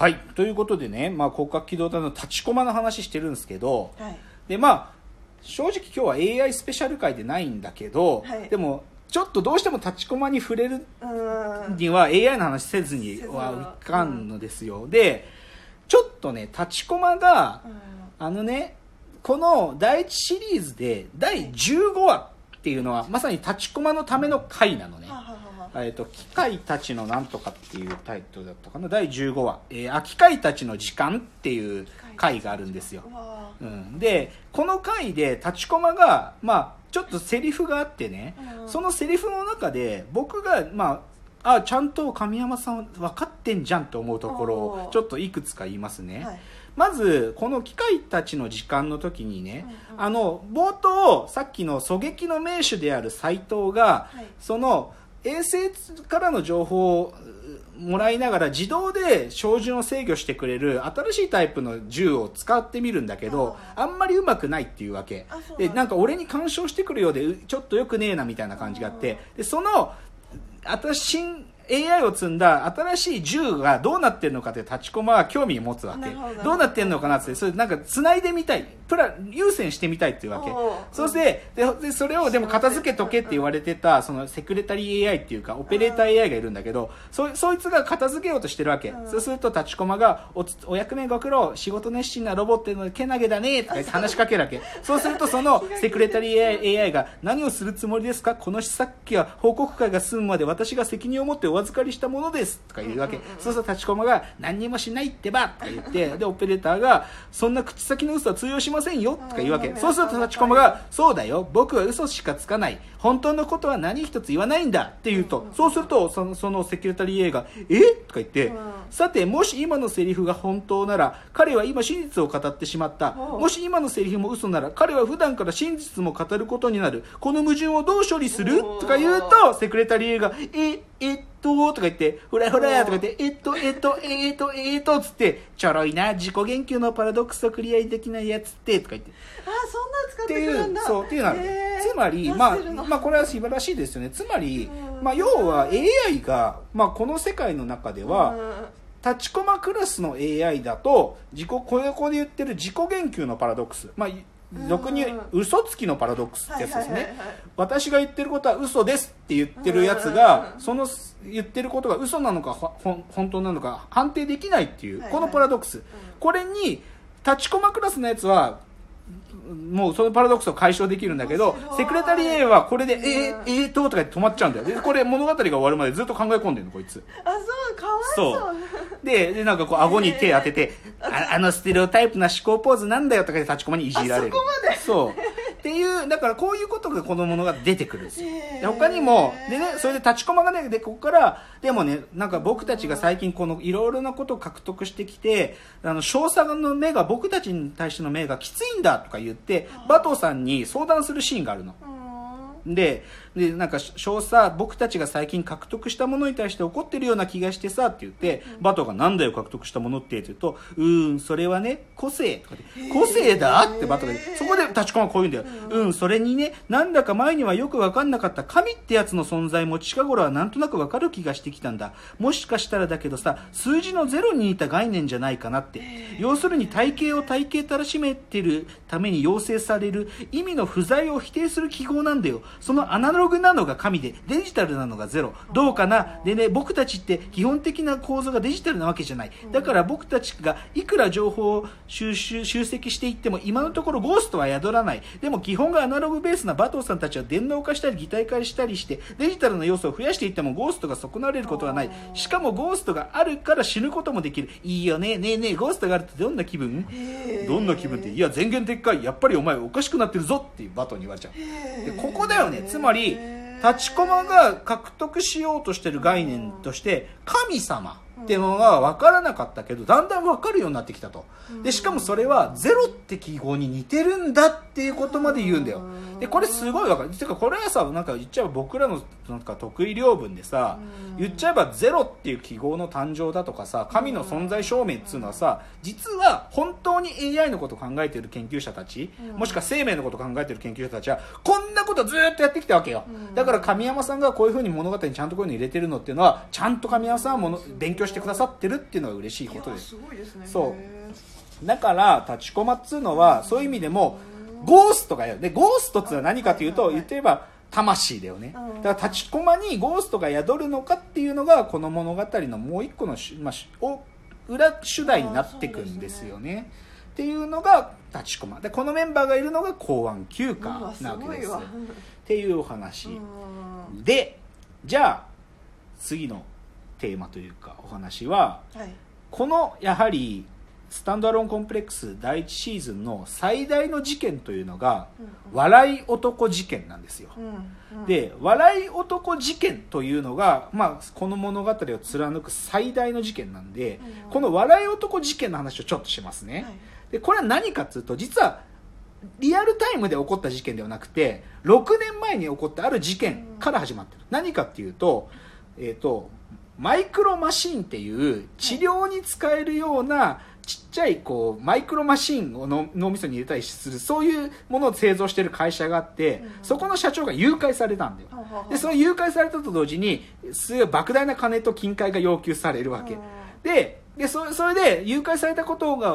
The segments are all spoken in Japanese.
はい、ということでね、広角機動隊の立ちコマの話してるんですけど、 はい、 で正直今日は AI スペシャル回でないんだけど、 はい、 でもちょっとどうしても立ちコマに触れるには AI の話せずにはいかんのですよ。でちょっとね立ちコマがこの第1シリーズで第15話っていうのはまさに立ちコマのための回なのね。機械たちのなんとかっていうタイトルだったかな。第15話、機械たちの時間っていう回があるんですよ。でこの回で立ちコマがちょっとセリフがあってね、そのセリフの中で僕がちゃんと神山さん分かってんじゃんと思うところをちょっといくつか言いますね。まずこの機械たちの時間の時にね、冒頭さっきの狙撃の名手である斎藤が、その衛星からの情報をもらいながら自動で照準を制御してくれる新しいタイプの銃を使ってみるんだけど、あんまりうまくないっていうわけで、なんか俺に干渉してくるようでちょっとよくねえなみたいな感じがあって、でその新 AI を積んだ新しい銃がどうなってるのかって立ちコマは興味を持つわけ。どうなってるのかなって、それなんか繋いでみたい、優先してみたいっていうわけ。そしてでそれをでも片付けとけって言われてたそのセクレタリー AI っていうかオペレーター AI がいるんだけど、そいつが片付けようとしてるわけ。そうすると立ちコマがお役目ご苦労、仕事熱心なロボってのけなげだねとか言って話しかけるわけ。そうするとそのセクレタリー AI が何をするつもりですか、このさっきは報告会が済むまで私が責任を持ってお預かりしたものですとか言うわけ。そうすると立ちコマが何にもしないってばとか言って、でオペレーターがそんな口先の嘘は通用しませんよとか言うわけ。そうすると立ちコマがそうだよ、僕は嘘しかつかない、本当のことは何一つ言わないんだって言うと、そうするとそのセキュレタリー AI がとか言って、さてもし今のセリフが本当なら彼は今真実を語ってしまった、もし今のセリフも嘘なら彼は普段から真実も語ることになる、この矛盾をどう処理するとか言うと、セクレタリー AI がとか言って、ほらとか言って、つって、ちょろいな、自己言及のパラドックスをクリアできないやつって、とか言って。 そんな使ってくるんだ。 っていうのは、つまり、これは素晴らしいですよね。つまり、要は AI が、この世界の中では、立ちコマクラスの AI だと、ここで言ってる自己言及のパラドックス。俗に嘘つきのパラドックスってやつですね。私が言ってることは嘘ですって言ってるやつが、その言ってることが嘘なのか本当なのか判定できないっていう、このパラドックス。これに立ちコマクラスのやつはもうそのパラドックスを解消できるんだけど、セクレタリー A はこれでとかで止まっちゃうんだよ。でこれ物語が終わるまでずっと考え込んでるのこいつ。 かわいそう。 でなんかこう顎に手当ててあのステレオタイプな思考ポーズなんだよとかで立ちコマにいじられる。そうっていう、だからこういうことがこの物が出てくるんですよ。で他にもでね、それで立ちコマがね、でここからでもね、なんか僕たちが最近このいろいろなことを獲得してきて、少佐の目が僕たちに対しての目がきついんだとか言ってバトさんに相談するシーンがあるの。でなんか少佐、僕たちが最近獲得したものに対して怒ってるような気がしてさって言って、バトがなんだよ獲得したものって言うと、それはね個性とかで、個性だってバトが言う。そこで立ちコマこう言うんだよ。それにね、なんだか前にはよく分かんなかった神ってやつの存在も近頃はなんとなく分かる気がしてきたんだ。もしかしたらだけどさ、数字のゼロに似た概念じゃないかなって。要するに体系たらしめてるために要請される意味の不在を否定する記号なんだよ。そのアナログなのが神でデジタルなのがゼロ。どうかな。でね、僕たちって基本的な構造がデジタルなわけじゃない。だから僕たちがいくら情報を集積していっても今のところゴーストは宿らない。でも基本がアナログベースなバトーさんたちは電脳化したり擬態化したりしてデジタルな要素を増やしていってもゴーストが損なわれることはない。しかもゴーストがあるから死ぬこともできる。いいよね。ねえねえ、ゴーストがあるってどんな気分？どんな気分って、いや全言撤回、やっぱりお前おかしくなってるぞっていうバトに言われちゃう。でここだよね。つまり立ちコマが獲得しようとしてる概念として神様っていうのが分からなかったけど、だんだん分かるようになってきたと。でしかもそれはゼロって記号に似てるんだっていうことまで言うんだよ。でこれすごい分かる。てかこれはさ、なんか言っちゃえば僕らのなんか得意領分でさ、言っちゃえばゼロっていう記号の誕生だとかさ、神の存在証明っていうのはさ、実は本当に AI のことを考えている研究者たち、もしくは生命のことを考えている研究者たちはこんなことずっとやってきたわけよ。だから神山さんがこういう風に物語にちゃんとこういうの入れてるのっていうのは、ちゃんと神屋さんは勉強してくださってるっていうのが嬉しいことです。 すごいですね。 そうだから立ちコマっつうのはそういう意味でもゴーストがやるで、ゴーストっていうのは何かというと、言ってみれば魂だよね。だから立ちコマにゴーストが宿るのかっていうのがこの物語のもう一個の裏主題になっていくんですよね。っていうのが立ちコマで、このメンバーがいるのが公安休暇なわけです。っていうお話で、じゃあ次のテーマというかお話は、このやはりスタンドアローンコンプレックス第1シーズンの最大の事件というのが、笑い男事件なんですよ。で、笑い男事件というのが、この物語を貫く最大の事件なんで、この笑い男事件の話をちょっとしますね。で、これは何かというと、実はリアルタイムで起こった事件ではなくて、6年前に起こったある事件から始まってる。何かっていうと、マイクロマシンっていう治療に使えるようなちっちゃいマイクロマシンを脳みそに入れたりする、そういうものを製造してる会社があって、そこの社長が誘拐されたんだよ。で、その誘拐されたと同時にすごい莫大な金と金塊が要求されるわけで、それで誘拐されたことが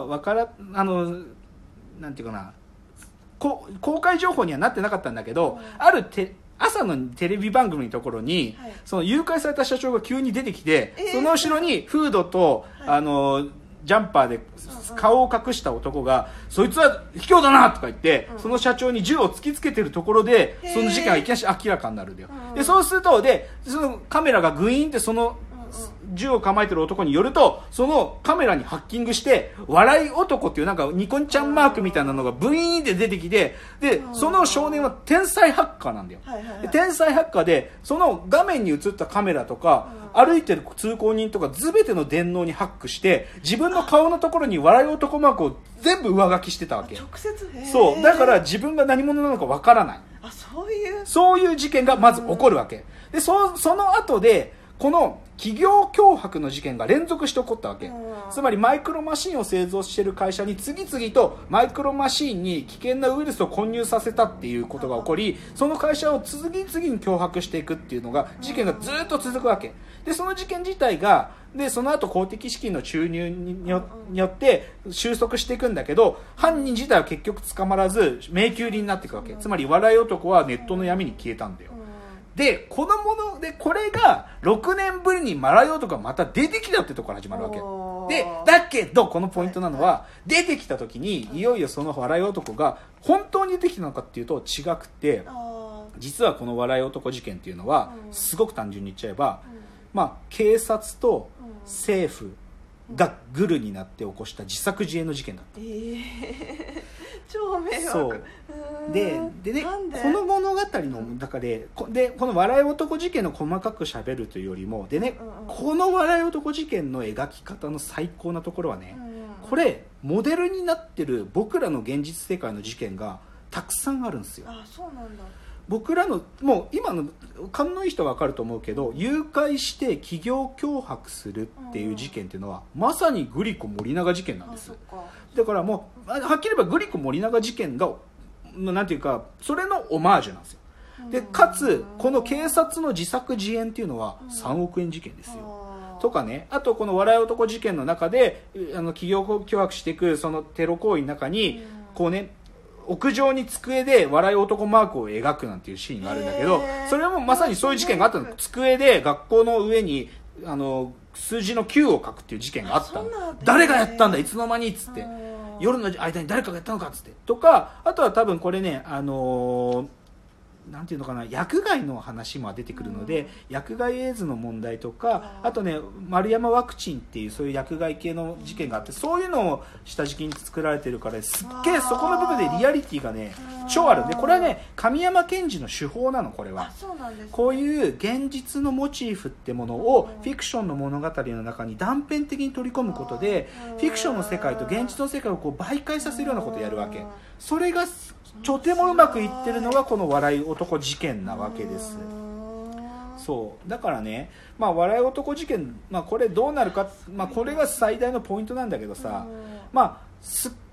なんていうかな、公開情報にはなってなかったんだけど、ある朝のテレビ番組のところに、その誘拐された社長が急に出てきて、その後ろにフードと、ジャンパーで顔を隠した男が、そいつは卑怯だなとか言って、その社長に銃を突きつけてるところで、その事件がいきなり明らかになるんだよ。で、そうすると、そのカメラがグイーンってその銃を構えてる男によると、そのカメラにハッキングして、笑い男っていうなんかニコンちゃんマークみたいなのがブイーンって出てきて、で、その少年は天才ハッカーなんだよ。で、天才ハッカーで、その画面に映ったカメラとか、歩いてる通行人とか全ての電脳にハックして、自分の顔のところに笑い男マークを全部上書きしてたわけ。 直接。 そう。だから自分が何者なのかわからない。そういう事件がまず起こるわけ。で、その後で、この企業脅迫の事件が連続して起こったわけ。つまりマイクロマシンを製造している会社に次々とマイクロマシンに危険なウイルスを混入させたっていうことが起こり、その会社を次々に脅迫していくっていうのが、事件がずっと続くわけで、その事件自体がその後公的資金の注入によって収束していくんだけど、犯人自体は結局捕まらず迷宮入りになっていくわけ。つまり笑い男はネットの闇に消えたんだよ。で、これが6年ぶりに笑い男がまた出てきたってところから始まるわけ。で、だけど、このポイントなのは、出てきた時に、いよいよその笑い男が本当に出てきたのかっていうと違くて、実はこの笑い男事件っていうのは、すごく単純に言っちゃえば、警察と政府がグルになって起こした自作自演の事件だった。 超迷惑。 そうでね、この物語の中でこの笑い男事件の細かく喋るというよりもでね、この笑い男事件の描き方の最高なところはね、これモデルになってる僕らの現実世界の事件がたくさんあるんですよ。 そうなんだ。 僕らのもう今の勘のいい人は分かると思うけど、誘拐して企業脅迫するっていう事件っていうのは、まさにグリコ森永事件なんです。だからもうはっきり言えばグリコ森永事件がなんていうか、それのオマージュなんですよ。でかつこの警察の自作自演っていうのは3億円事件ですよ。とかね、あとこの笑い男事件の中で企業脅迫していくそのテロ行為の中にこうね、屋上に机で笑い男マークを描くなんていうシーンがあるんだけど、それもまさにそういう事件があったの。机で学校の上に数字の9を書くっていう事件があったの。誰がやったんだいつの間にっつって、夜の間に誰かがやったのかっつってとか、あとは多分これねなんていうのかな、薬害の話も出てくるので、薬害エイズの問題とか、あとね丸山ワクチンっていうそういう薬害系の事件があって、そういうのを下敷きに作られてるから、すっげえそこの部分でリアリティがね超あるんで、これはね神山健治の手法なの。これはこういう現実のモチーフってものをフィクションの物語の中に断片的に取り込むことで、フィクションの世界と現実の世界をこう媒介させるようなことをやるわけ。それがとてもうまくいってるのがこの笑い男事件なわけです。そうだからね、笑い男事件、これどうなるか、これが最大のポイントなんだけどさ、すっ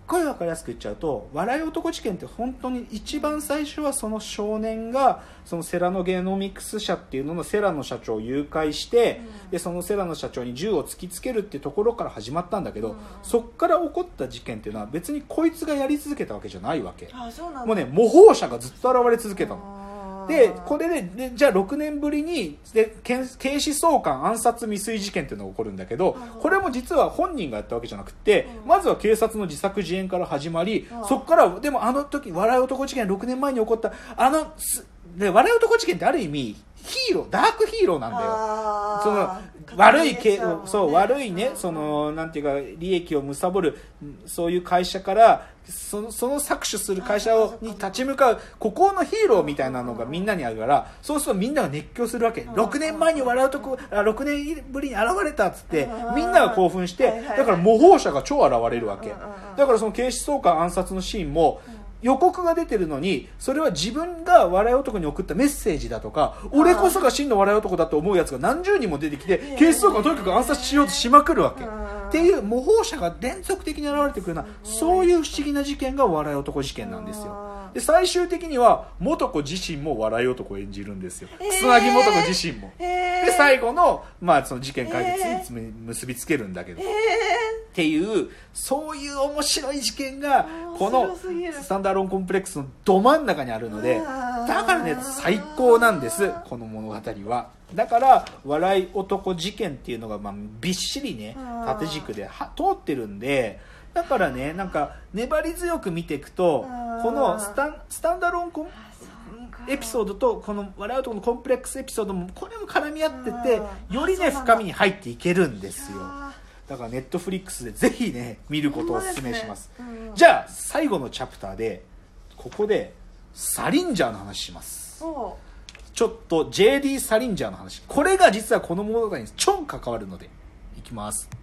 ごい分かりやすく言っちゃうと、笑い男事件って本当に一番最初はその少年がそのセラノゲノミクス社っていうののセラの社長を誘拐して、でそのセラの社長に銃を突きつけるっていうところから始まったんだけど、そっから起こった事件っていうのは別にこいつがやり続けたわけじゃないわけ。もうね、模倣者がずっと現れ続けたの。でこれでじゃあ6年ぶりに警視総監暗殺未遂事件っていうのが起こるんだけど、これも実は本人がやったわけじゃなくて、まずは警察の自作自演から始まり、そこからでもあの時笑い男事件6年前に起こったで笑い男事件ってある意味ヒーロー、ダークヒーローなんだよ。その悪いね、そのなんていうか利益を貪るそういう会社からその搾取する会社に立ち向かう孤高のヒーローみたいなのがみんなにあるから、そうするとみんなが熱狂するわけ。6年前に笑う男6年ぶりに現れたっつってみんなが興奮して、だから模倣者が超現れるわけだから、その警視総監暗殺のシーンも予告が出てるのに、それは自分が笑い男に送ったメッセージだとか、俺こそが真の笑い男だと思うやつが何十人も出てきて、警視総監をとにかく暗殺しようとしまくるわけっていう模倣者が連続的に現れてくるような、そういう不思議な事件が笑い男事件なんですよ。で最終的には元子自身も笑い男を演じるんですよ、草薙元子自身も。で最後の、その事件解決に結びつけるんだけど、っていうそういう面白い事件がこのスタンダーロンコンプレックスのど真ん中にあるので、だからね最高なんですこの物語は。だから笑い男事件っていうのがびっしりね縦軸で通ってるんで、だからねなんか粘り強く見ていくと、このスタンダーロンエピソードとこの笑う男のコンプレックスエピソードもこれも絡み合ってて、よりね深みに入っていけるんですよ。だからネットフリックスでぜひね見ることをお勧めします。じゃあ最後のチャプターでここでサリンジャーの話します。ちょっと JD サリンジャーの話、これが実はこの物語に超関わるのでいきます。